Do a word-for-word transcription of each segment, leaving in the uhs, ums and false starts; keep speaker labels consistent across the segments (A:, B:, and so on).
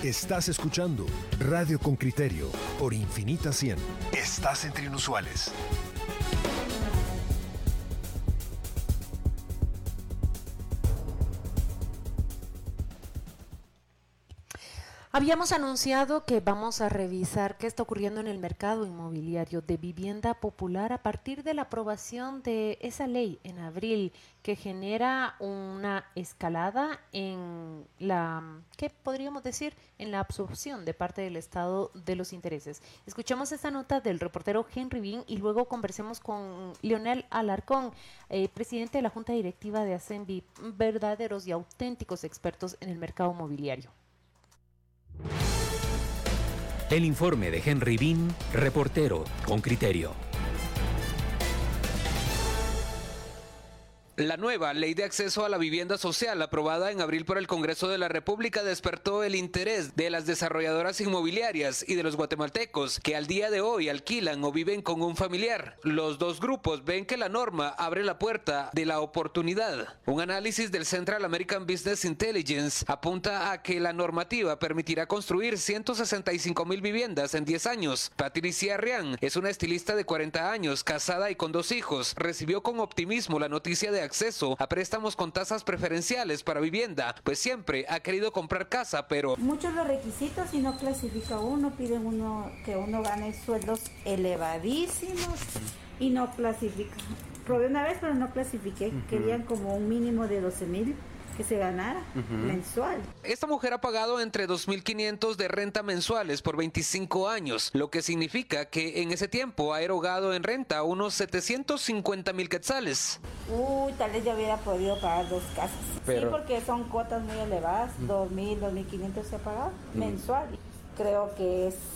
A: Estás escuchando Radio con Criterio por Infinita cien. Estás entre inusuales.
B: Habíamos anunciado que vamos a revisar qué está ocurriendo en el mercado inmobiliario de vivienda popular a partir de la aprobación de esa ley en abril que genera una escalada en la, ¿qué podríamos decir? En la absorción de parte del Estado de los intereses. Escuchamos esta nota del reportero Henry Bean y luego conversemos con Leonel Alarcón, eh, presidente de la Junta Directiva de Ascenvi, verdaderos y auténticos expertos en el mercado inmobiliario.
C: El informe de Henry Bean, reportero con criterio.
D: La nueva Ley de Acceso a la Vivienda Social, aprobada en abril por el Congreso de la República, despertó el interés de las desarrolladoras inmobiliarias y de los guatemaltecos que al día de hoy alquilan o viven con un familiar. Los dos grupos ven que la norma abre la puerta de la oportunidad. Un análisis del Central American Business Intelligence apunta a que la normativa permitirá construir ciento sesenta y cinco mil viviendas en diez años. Patricia Arrián es una estilista de cuarenta años, casada y con dos hijos. Recibió con optimismo la noticia de acceso a préstamos con tasas preferenciales para vivienda, pues siempre ha querido comprar casa, pero
E: muchos los requisitos y no clasifica uno, piden uno que uno gane sueldos elevadísimos y no clasifica. Probé una vez pero no clasifiqué, uh-huh. Querían como un mínimo de doce mil que se ganara uh-huh. mensual.
D: Esta mujer ha pagado entre dos mil quinientos de renta mensuales por veinticinco años, lo que significa que en ese tiempo ha erogado en renta unos setecientos cincuenta mil quetzales.
E: Uy, tal vez yo hubiera podido pagar dos casas. Pero... sí, porque son cuotas muy elevadas, uh-huh. dos mil, dos mil quinientos se ha pagado uh-huh. mensual. Creo que es,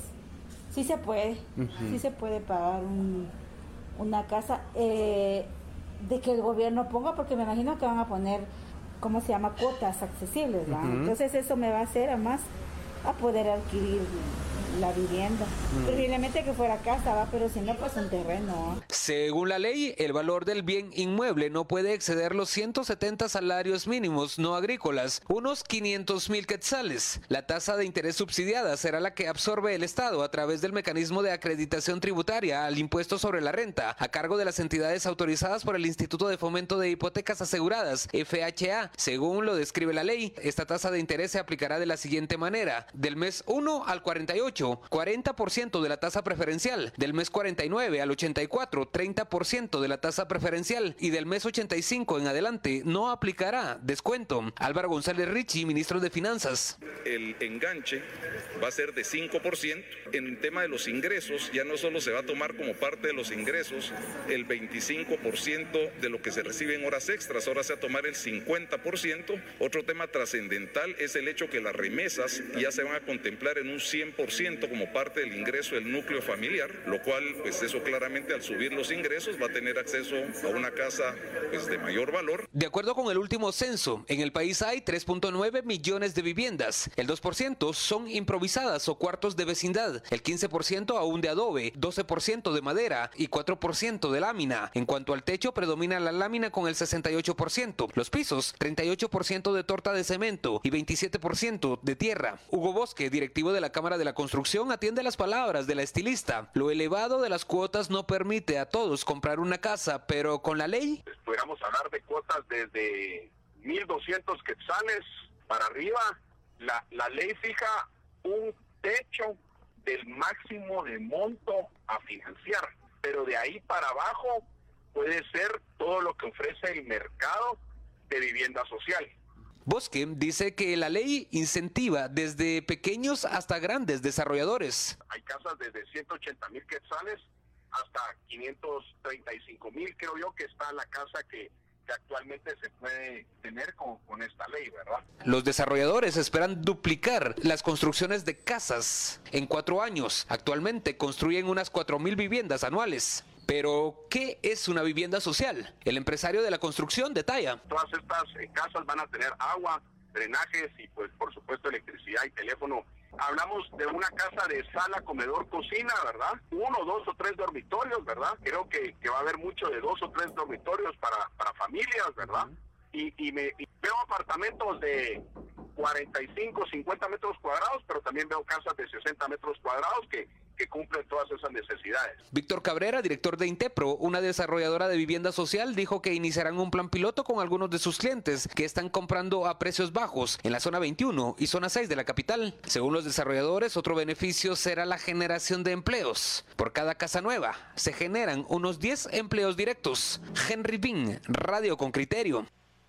E: sí se puede, uh-huh. sí se puede pagar un, una casa, eh, de que el gobierno ponga, porque me imagino que van a poner, ¿cómo se llama? Cuotas accesibles, ¿verdad? Uh-huh. Entonces eso me va a hacer además a poder adquirir la vivienda. Uh-huh. Preferiblemente que fuera casa, ¿va? Pero si no, pues un terreno, ¿va?
D: Según la ley, el valor del bien inmueble no puede exceder los ciento setenta salarios mínimos no agrícolas, unos quinientos mil quetzales. La tasa de interés subsidiada será la que absorbe el Estado a través del mecanismo de acreditación tributaria al impuesto sobre la renta, a cargo de las entidades autorizadas por el Instituto de Fomento de Hipotecas Aseguradas, F H A. Según lo describe la ley, esta tasa de interés se aplicará de la siguiente manera: del mes uno al cuarenta y ocho, cuarenta por ciento de la tasa preferencial; del mes cuarenta y nueve al ochenta y cuatro, treinta por ciento de la tasa preferencial; y del mes ochenta y cinco en adelante no aplicará descuento. Álvaro González Richie, ministro de Finanzas.
F: El enganche va a ser de cinco por ciento. En el tema de los ingresos, ya no solo se va a tomar como parte de los ingresos el veinticinco por ciento de lo que se recibe en horas extras, ahora se va a tomar el cincuenta por ciento. Otro tema trascendental es el hecho que las remesas ya se van a contemplar en un cien por ciento como parte del ingreso del núcleo familiar, lo cual, pues eso claramente al subir los ingresos va a tener acceso a una casa pues de mayor valor.
D: De acuerdo con el último censo, en el país hay tres punto nueve millones de viviendas. El dos por ciento son improvisadas o cuartos de vecindad, el quince por ciento aún de adobe, doce por ciento de madera y cuatro por ciento de lámina. En cuanto al techo, predomina la lámina con el sesenta y ocho por ciento. Los pisos, treinta y ocho por ciento de torta de cemento y veintisiete por ciento de tierra. Hugo Bosque, directivo de la Cámara de la Construcción, atiende las palabras de la estilista. Lo elevado de las cuotas no permite a todos comprar una casa, pero con la ley...
G: Pues pudiéramos hablar de cuotas desde mil doscientos quetzales para arriba. La, la ley fija un techo del máximo de monto a financiar, pero de ahí para abajo puede ser todo lo que ofrece el mercado de vivienda social.
D: Bosque dice que la ley incentiva desde pequeños hasta grandes desarrolladores.
G: Hay casas desde ciento ochenta mil quetzales hasta quinientos treinta y cinco mil, creo yo que está la casa que, que actualmente se puede tener con, con esta ley, ¿verdad?
D: Los desarrolladores esperan duplicar las construcciones de casas en cuatro años. Actualmente construyen unas cuatro mil viviendas anuales. Pero, ¿qué es una vivienda social? El empresario de la construcción detalla.
G: Todas estas eh, casas van a tener agua, drenajes y, pues, por supuesto, electricidad y teléfono. Hablamos de una casa de sala, comedor, cocina, ¿verdad? Uno, dos o tres dormitorios, ¿verdad? Creo que, que va a haber mucho de dos o tres dormitorios para, para familias, ¿verdad? Y, y, me, y veo apartamentos de cuarenta y cinco, cincuenta metros cuadrados, pero también veo casas de sesenta metros cuadrados que, que cumplen todas esas necesidades.
D: Víctor Cabrera, director de Intepro, una desarrolladora de vivienda social, dijo que iniciarán un plan piloto con algunos de sus clientes que están comprando a precios bajos en la zona veintiuno y zona seis de la capital. Según los desarrolladores, otro beneficio será la generación de empleos. Por cada casa nueva se generan unos diez empleos directos. Henry Bean, Radio con Criterio.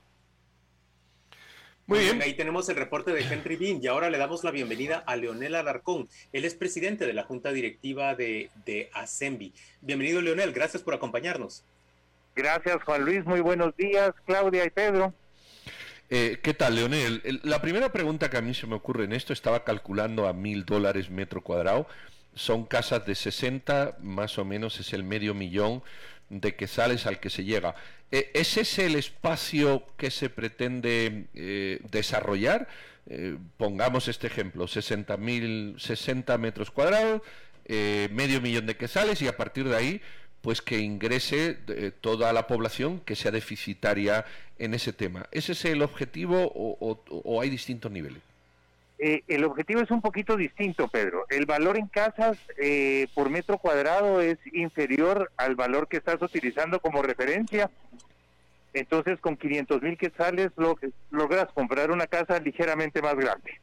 H: Muy bien, ahí tenemos el reporte de Henry Bean y ahora le damos la bienvenida a Leonel Alarcón. Él es presidente de la Junta Directiva de, de ASEMBI. Bienvenido, Leonel, gracias por acompañarnos.
I: Gracias, Juan Luis, muy buenos días, Claudia y Pedro.
J: Eh, ¿Qué tal, Leonel? La primera pregunta que a mí se me ocurre en esto, estaba calculando a mil dólares metro cuadrado, son casas de sesenta, más o menos es el medio millón de quetzales al que se llega. ¿Es ese el espacio que se pretende eh, desarrollar? Eh, pongamos este ejemplo, sesenta mil, sesenta metros cuadrados, eh, medio millón de quetzales y a partir de ahí, pues que ingrese eh, toda la población que sea deficitaria en ese tema. ¿Ese es el objetivo o, o, o hay distintos niveles?
I: Eh, el objetivo es un poquito distinto, Pedro. El valor en casas eh, por metro cuadrado es inferior al valor que estás utilizando como referencia. Entonces, con quinientos mil quetzales log logras comprar una casa ligeramente más grande.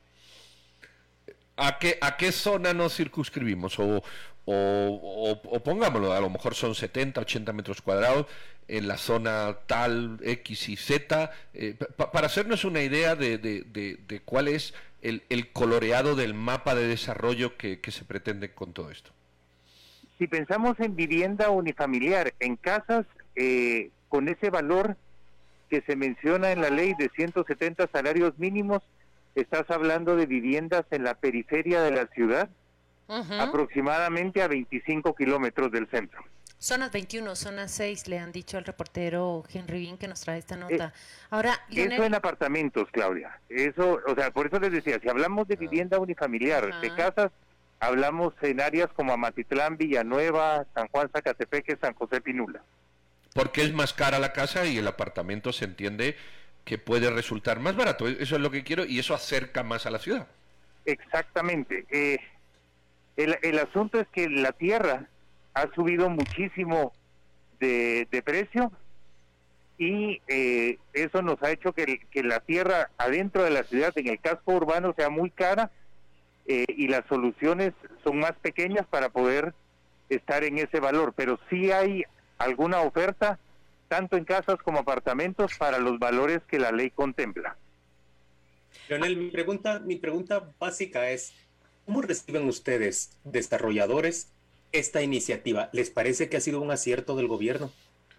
J: ¿A qué, a qué zona nos circunscribimos? O, o, o, o pongámoslo, a lo mejor son setenta, ochenta metros cuadrados en la zona tal, X y Z, eh, pa, para hacernos una idea de, de, de, de cuál es el, el coloreado del mapa de desarrollo que, que se pretende con todo esto.
I: Si pensamos en vivienda unifamiliar, en casas eh, con ese valor que se menciona en la ley de ciento setenta salarios mínimos, estás hablando de viviendas en la periferia de la ciudad, uh-huh. aproximadamente a veinticinco kilómetros del centro.
B: Zonas veintiuno, zona seis, le han dicho al reportero Henry Bean que nos trae esta nota. Eh, Ahora, Leonel...
I: Eso en apartamentos, Claudia. Eso, o sea, por eso les decía, si hablamos de vivienda unifamiliar, uh-huh. de casas, hablamos en áreas como Amatitlán, Villanueva, San Juan, Zacatepeque, San José Pinula.
J: Porque es más cara la casa y el apartamento se entiende que puede resultar más barato. Eso es lo que quiero y eso acerca más a la ciudad.
I: Exactamente. Eh, el, el asunto es que la tierra ha subido muchísimo de, de precio y eh, eso nos ha hecho que, que la tierra adentro de la ciudad, en el casco urbano, sea muy cara eh, y las soluciones son más pequeñas para poder estar en ese valor. Pero sí hay alguna oferta, tanto en casas como apartamentos, para los valores que la ley contempla.
H: Leonel, mi pregunta, mi pregunta básica es, ¿cómo reciben ustedes, desarrolladores, esta iniciativa? ¿Les parece que ha sido un acierto del gobierno?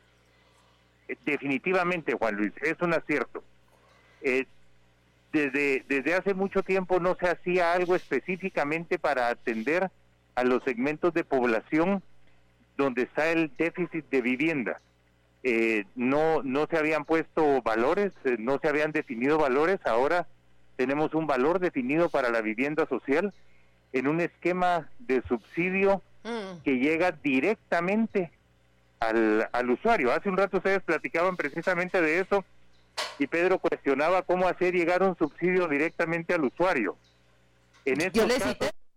I: Definitivamente, Juan Luis, es un acierto. Eh, desde, desde hace mucho tiempo no se hacía algo específicamente para atender a los segmentos de población donde está el déficit de vivienda. Eh, no, no se habían puesto valores, eh, no se habían definido valores. Ahora tenemos un valor definido para la vivienda social en un esquema de subsidio mm. que llega directamente al, al usuario. Hace un rato ustedes platicaban precisamente de eso y Pedro cuestionaba cómo hacer llegar un subsidio directamente al usuario. En estos casos,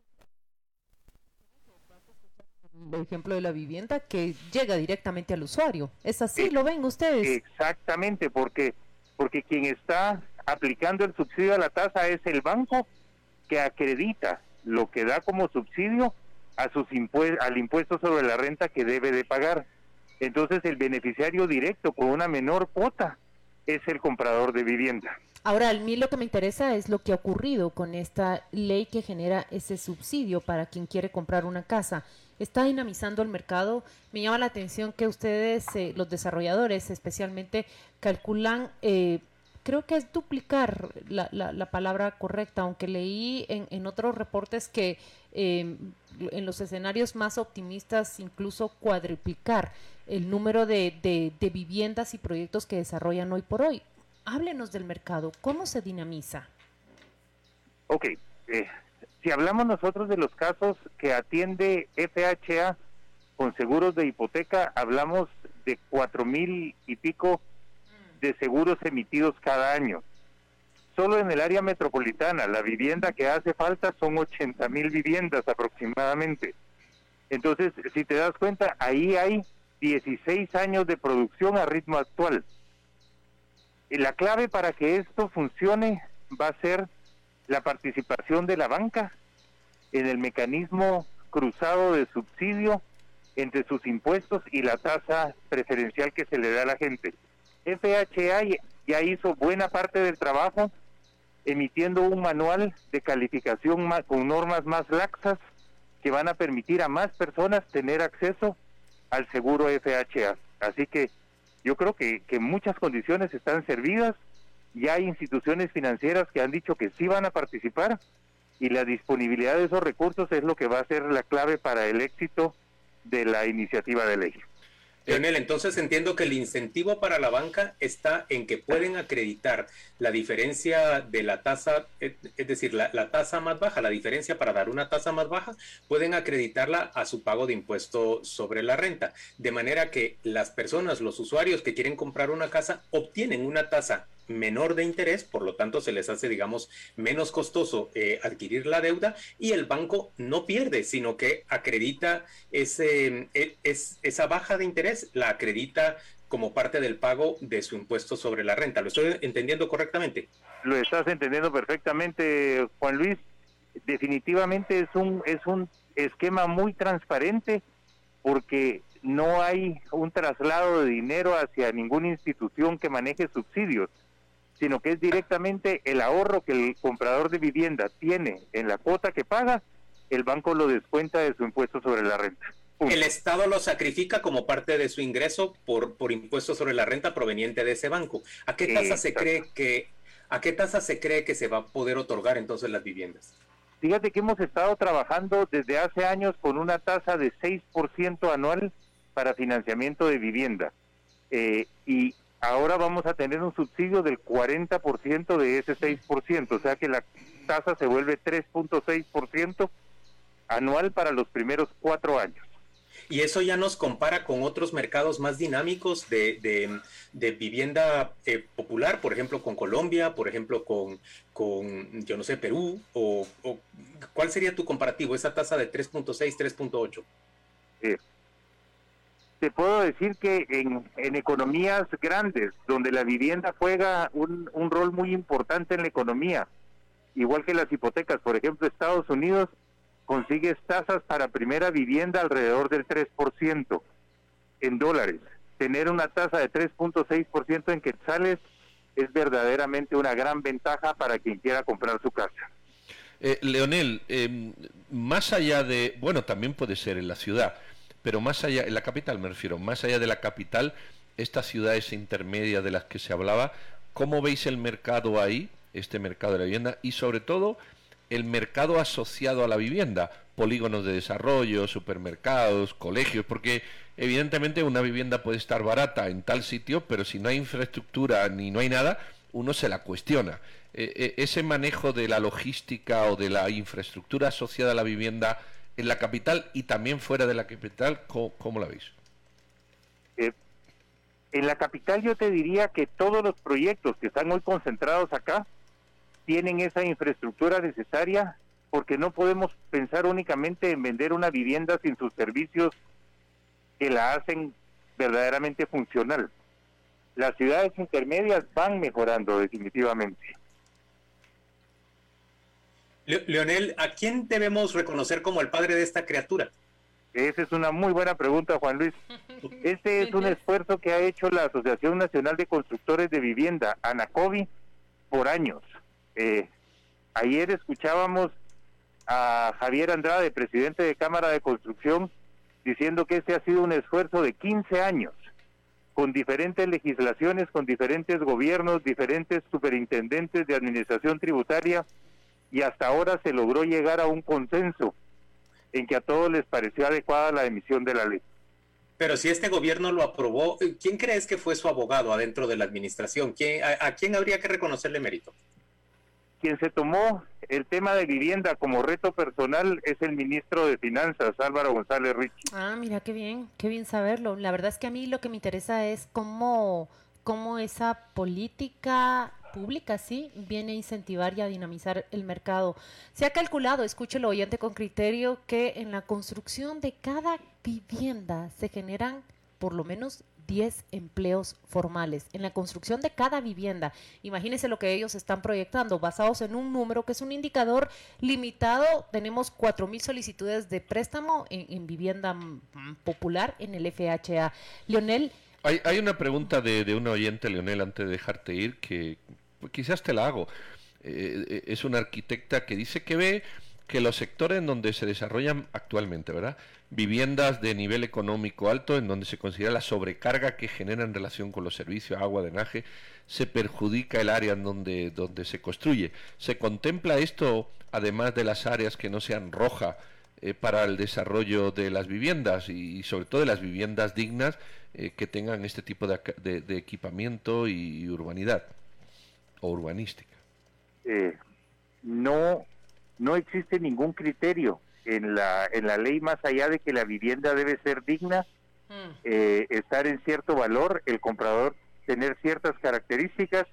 B: el ejemplo de la vivienda que llega directamente al usuario. ¿Es así? ¿Lo ven ustedes?
I: Exactamente, porque porque quien está aplicando el subsidio a la tasa es el banco que acredita lo que da como subsidio a sus impue- al impuesto sobre la renta que debe de pagar. Entonces el beneficiario directo con una menor cuota es el comprador de vivienda.
B: Ahora, a mí lo que me interesa es lo que ha ocurrido con esta ley que genera ese subsidio para quien quiere comprar una casa. Está dinamizando el mercado. Me llama la atención que ustedes, eh, los desarrolladores especialmente, calculan, eh, creo que es duplicar la, la, la palabra correcta, aunque leí en, en otros reportes que eh, en los escenarios más optimistas incluso cuadruplicar el número de, de, de viviendas y proyectos que desarrollan hoy por hoy. Háblenos del mercado, ¿cómo se dinamiza?
I: Ok, eh, si hablamos nosotros de los casos que atiende F H A con seguros de hipoteca, hablamos de cuatro mil y pico de seguros emitidos cada año. solo en el área metropolitana, la vivienda que hace falta son ochenta mil viviendas aproximadamente. Entonces, si te das cuenta, ahí hay dieciséis años de producción a ritmo actual. Y la clave para que esto funcione va a ser la participación de la banca en el mecanismo cruzado de subsidio entre sus impuestos y la tasa preferencial que se le da a la gente. F H A ya hizo buena parte del trabajo emitiendo un manual de calificación más, con normas más laxas que van a permitir a más personas tener acceso al seguro F H A. Así que yo creo que, que muchas condiciones están servidas, ya hay instituciones financieras que han dicho que sí van a participar y la disponibilidad de esos recursos es lo que va a ser la clave para el éxito de la iniciativa de ley.
H: Leonel, entonces entiendo que el incentivo para la banca está en que pueden acreditar la diferencia de la tasa, es decir, la, la tasa más baja, la diferencia para dar una tasa más baja, pueden acreditarla a su pago de impuesto sobre la renta. De manera que las personas, los usuarios que quieren comprar una casa, obtienen una tasa menor de interés, por lo tanto se les hace, digamos, menos costoso eh, adquirir la deuda y el banco no pierde, sino que acredita ese, es, esa baja de interés, la acredita como parte del pago de su impuesto sobre la renta. ¿Lo estoy entendiendo correctamente?
I: Lo estás entendiendo perfectamente, Juan Luis. Definitivamente es un, es un esquema muy transparente porque no hay un traslado de dinero hacia ninguna institución que maneje subsidios, sino que es directamente el ahorro que el comprador de vivienda tiene en la cuota que paga, el banco lo descuenta de su impuesto sobre la renta. Punto.
H: El Estado lo sacrifica como parte de su ingreso por, por impuesto sobre la renta proveniente de ese banco. ¿A qué tasa se cree que, a qué tasa se cree que se va a poder otorgar entonces las viviendas?
I: Fíjate que hemos estado trabajando desde hace años con una tasa de seis por ciento anual para financiamiento de vivienda. Eh, y ahora vamos a tener un subsidio del cuarenta por ciento de ese seis por ciento, o sea que la tasa se vuelve tres punto seis por ciento anual para los primeros cuatro años.
H: Y eso ya nos compara con otros mercados más dinámicos de, de, de vivienda eh, popular, por ejemplo con Colombia, por ejemplo con, con yo no sé, Perú, o, o ¿cuál sería tu comparativo, esa tasa de tres punto seis, tres punto ocho?
I: Eh, te puedo decir que en, en economías grandes, donde la vivienda juega un, un rol muy importante en la economía, igual que las hipotecas, por ejemplo, Estados Unidos, consigues tasas para primera vivienda alrededor del tres por ciento en dólares. Tener una tasa de tres punto seis por ciento en quetzales es verdaderamente una gran ventaja para quien quiera comprar su casa.
J: Eh, Leonel, eh, más allá de, bueno, también puede ser en la ciudad, pero más allá, en la capital me refiero, más allá de la capital, estas ciudades intermedias de las que se hablaba, ¿cómo veis el mercado ahí, este mercado de la vivienda, y sobre todo el mercado asociado a la vivienda, polígonos de desarrollo, supermercados, colegios, porque evidentemente una vivienda puede estar barata en tal sitio, pero si no hay infraestructura ni no hay nada, uno se la cuestiona. Eh, eh, ese manejo de la logística o de la infraestructura asociada a la vivienda en la capital y también fuera de la capital, ¿cómo, cómo la veis?
I: Eh, en la capital yo te diría que todos los proyectos que están hoy concentrados acá tienen esa infraestructura necesaria, porque no podemos pensar únicamente en vender una vivienda sin sus servicios que la hacen verdaderamente funcional. Las ciudades intermedias van mejorando definitivamente.
H: Le- Leonel, ¿a quién debemos reconocer como el padre de esta criatura?
I: Esa es una muy buena pregunta, Juan Luis. Este es un esfuerzo que ha hecho la Asociación Nacional de Constructores de Vivienda, ANACOVI, por años. Eh, ayer escuchábamos a Javier Andrade, presidente de Cámara de Construcción, diciendo que este ha sido un esfuerzo de quince años, con diferentes legislaciones, con diferentes gobiernos, diferentes superintendentes de administración tributaria, y hasta ahora se logró llegar a un consenso en que a todos les pareció adecuada la emisión de la ley.
H: Pero si este gobierno lo aprobó, ¿quién crees que fue su abogado adentro de la administración? ¿Quién, a, ¿A quién habría que reconocerle mérito?
I: Quien se tomó el tema de vivienda como reto personal es el ministro de Finanzas, Álvaro González Richie.
B: Ah, mira, qué bien, qué bien saberlo. La verdad es que a mí lo que me interesa es cómo, cómo esa política pública, sí, viene a incentivar y a dinamizar el mercado. Se ha calculado, escúchelo oyente con criterio, que en la construcción de cada vivienda se generan por lo menos diez empleos formales en la construcción de cada vivienda. Imagínense lo que ellos están proyectando, basados en un número que es un indicador limitado. Tenemos cuatro mil solicitudes de préstamo en, en vivienda popular en el F H A. Leonel.
J: Hay, hay una pregunta de, de un oyente, Leonel, antes de dejarte ir, que pues, quizás te la hago. Eh, es una arquitecta que dice que ve que los sectores en donde se desarrollan actualmente, ¿verdad?, viviendas de nivel económico alto, en donde se considera la sobrecarga que genera en relación con los servicios, agua, drenaje, se perjudica el área en donde, donde se construye. ¿Se contempla esto, además de las áreas que no sean rojas, eh, para el desarrollo de las viviendas y, y sobre todo de las viviendas dignas eh, que tengan este tipo de, de, de equipamiento y, y urbanidad o urbanística?
I: Eh, no, no existe ningún criterio en la en la ley más allá de que la vivienda debe ser digna, mm. eh, estar en cierto valor, el comprador tener ciertas características.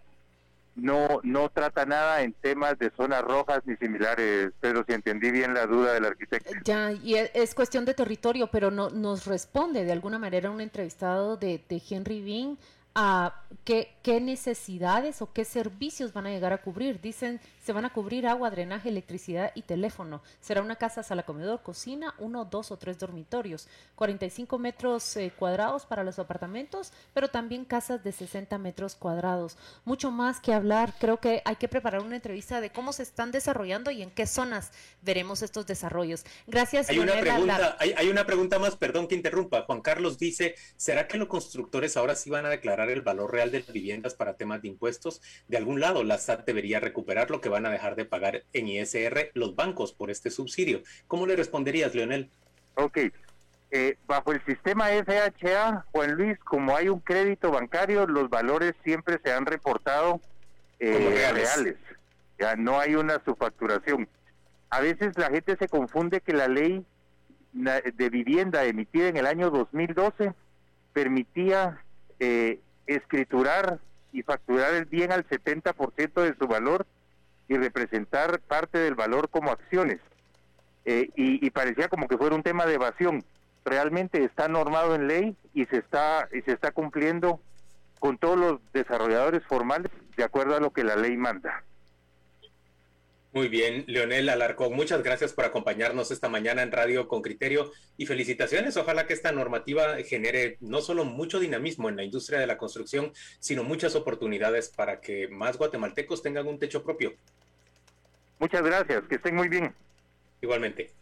I: No no trata nada en temas de zonas rojas ni similares, pero si entendí bien la duda del arquitecto.
B: Ya, y es cuestión de territorio, pero no nos responde de alguna manera un entrevistado de, de Henry Bean a qué, qué necesidades o qué servicios van a llegar a cubrir. Dicen, se van a cubrir agua, drenaje, electricidad y teléfono. Será una casa, sala, comedor, cocina, uno, dos o tres dormitorios, cuarenta y cinco metros eh, cuadrados para los apartamentos, pero también casas de sesenta metros cuadrados. Mucho más que hablar. Creo que hay que preparar una entrevista de cómo se están desarrollando y en qué zonas veremos estos desarrollos. Gracias.
H: Hay una pregunta, hay, hay una pregunta más, perdón que interrumpa. Juan Carlos dice, ¿será que los constructores ahora sí van a declarar el valor real de las viviendas para temas de impuestos? De algún lado la S A T debería recuperar lo que van a dejar de pagar en I S R los bancos por este subsidio. ¿Cómo le responderías, Leonel?
I: Ok, eh, bajo el sistema F H A, Juan Luis, como hay un crédito bancario, los valores siempre se han reportado eh, reales. reales. Ya no hay una subfacturación. A veces la gente se confunde que la ley de vivienda emitida en el año dos mil doce permitía eh, escriturar y facturar el bien al setenta por ciento de su valor y representar parte del valor como acciones. Eh, y, y parecía como que fuera un tema de evasión. Realmente está normado en ley y se está y se está cumpliendo con todos los desarrolladores formales de acuerdo a lo que la ley manda.
H: Muy bien, Leonel Alarcón, muchas gracias por acompañarnos esta mañana en Radio con Criterio y felicitaciones. Ojalá que esta normativa genere no solo mucho dinamismo en la industria de la construcción, sino muchas oportunidades para que más guatemaltecos tengan un techo propio.
I: Muchas gracias, que estén muy bien.
H: Igualmente.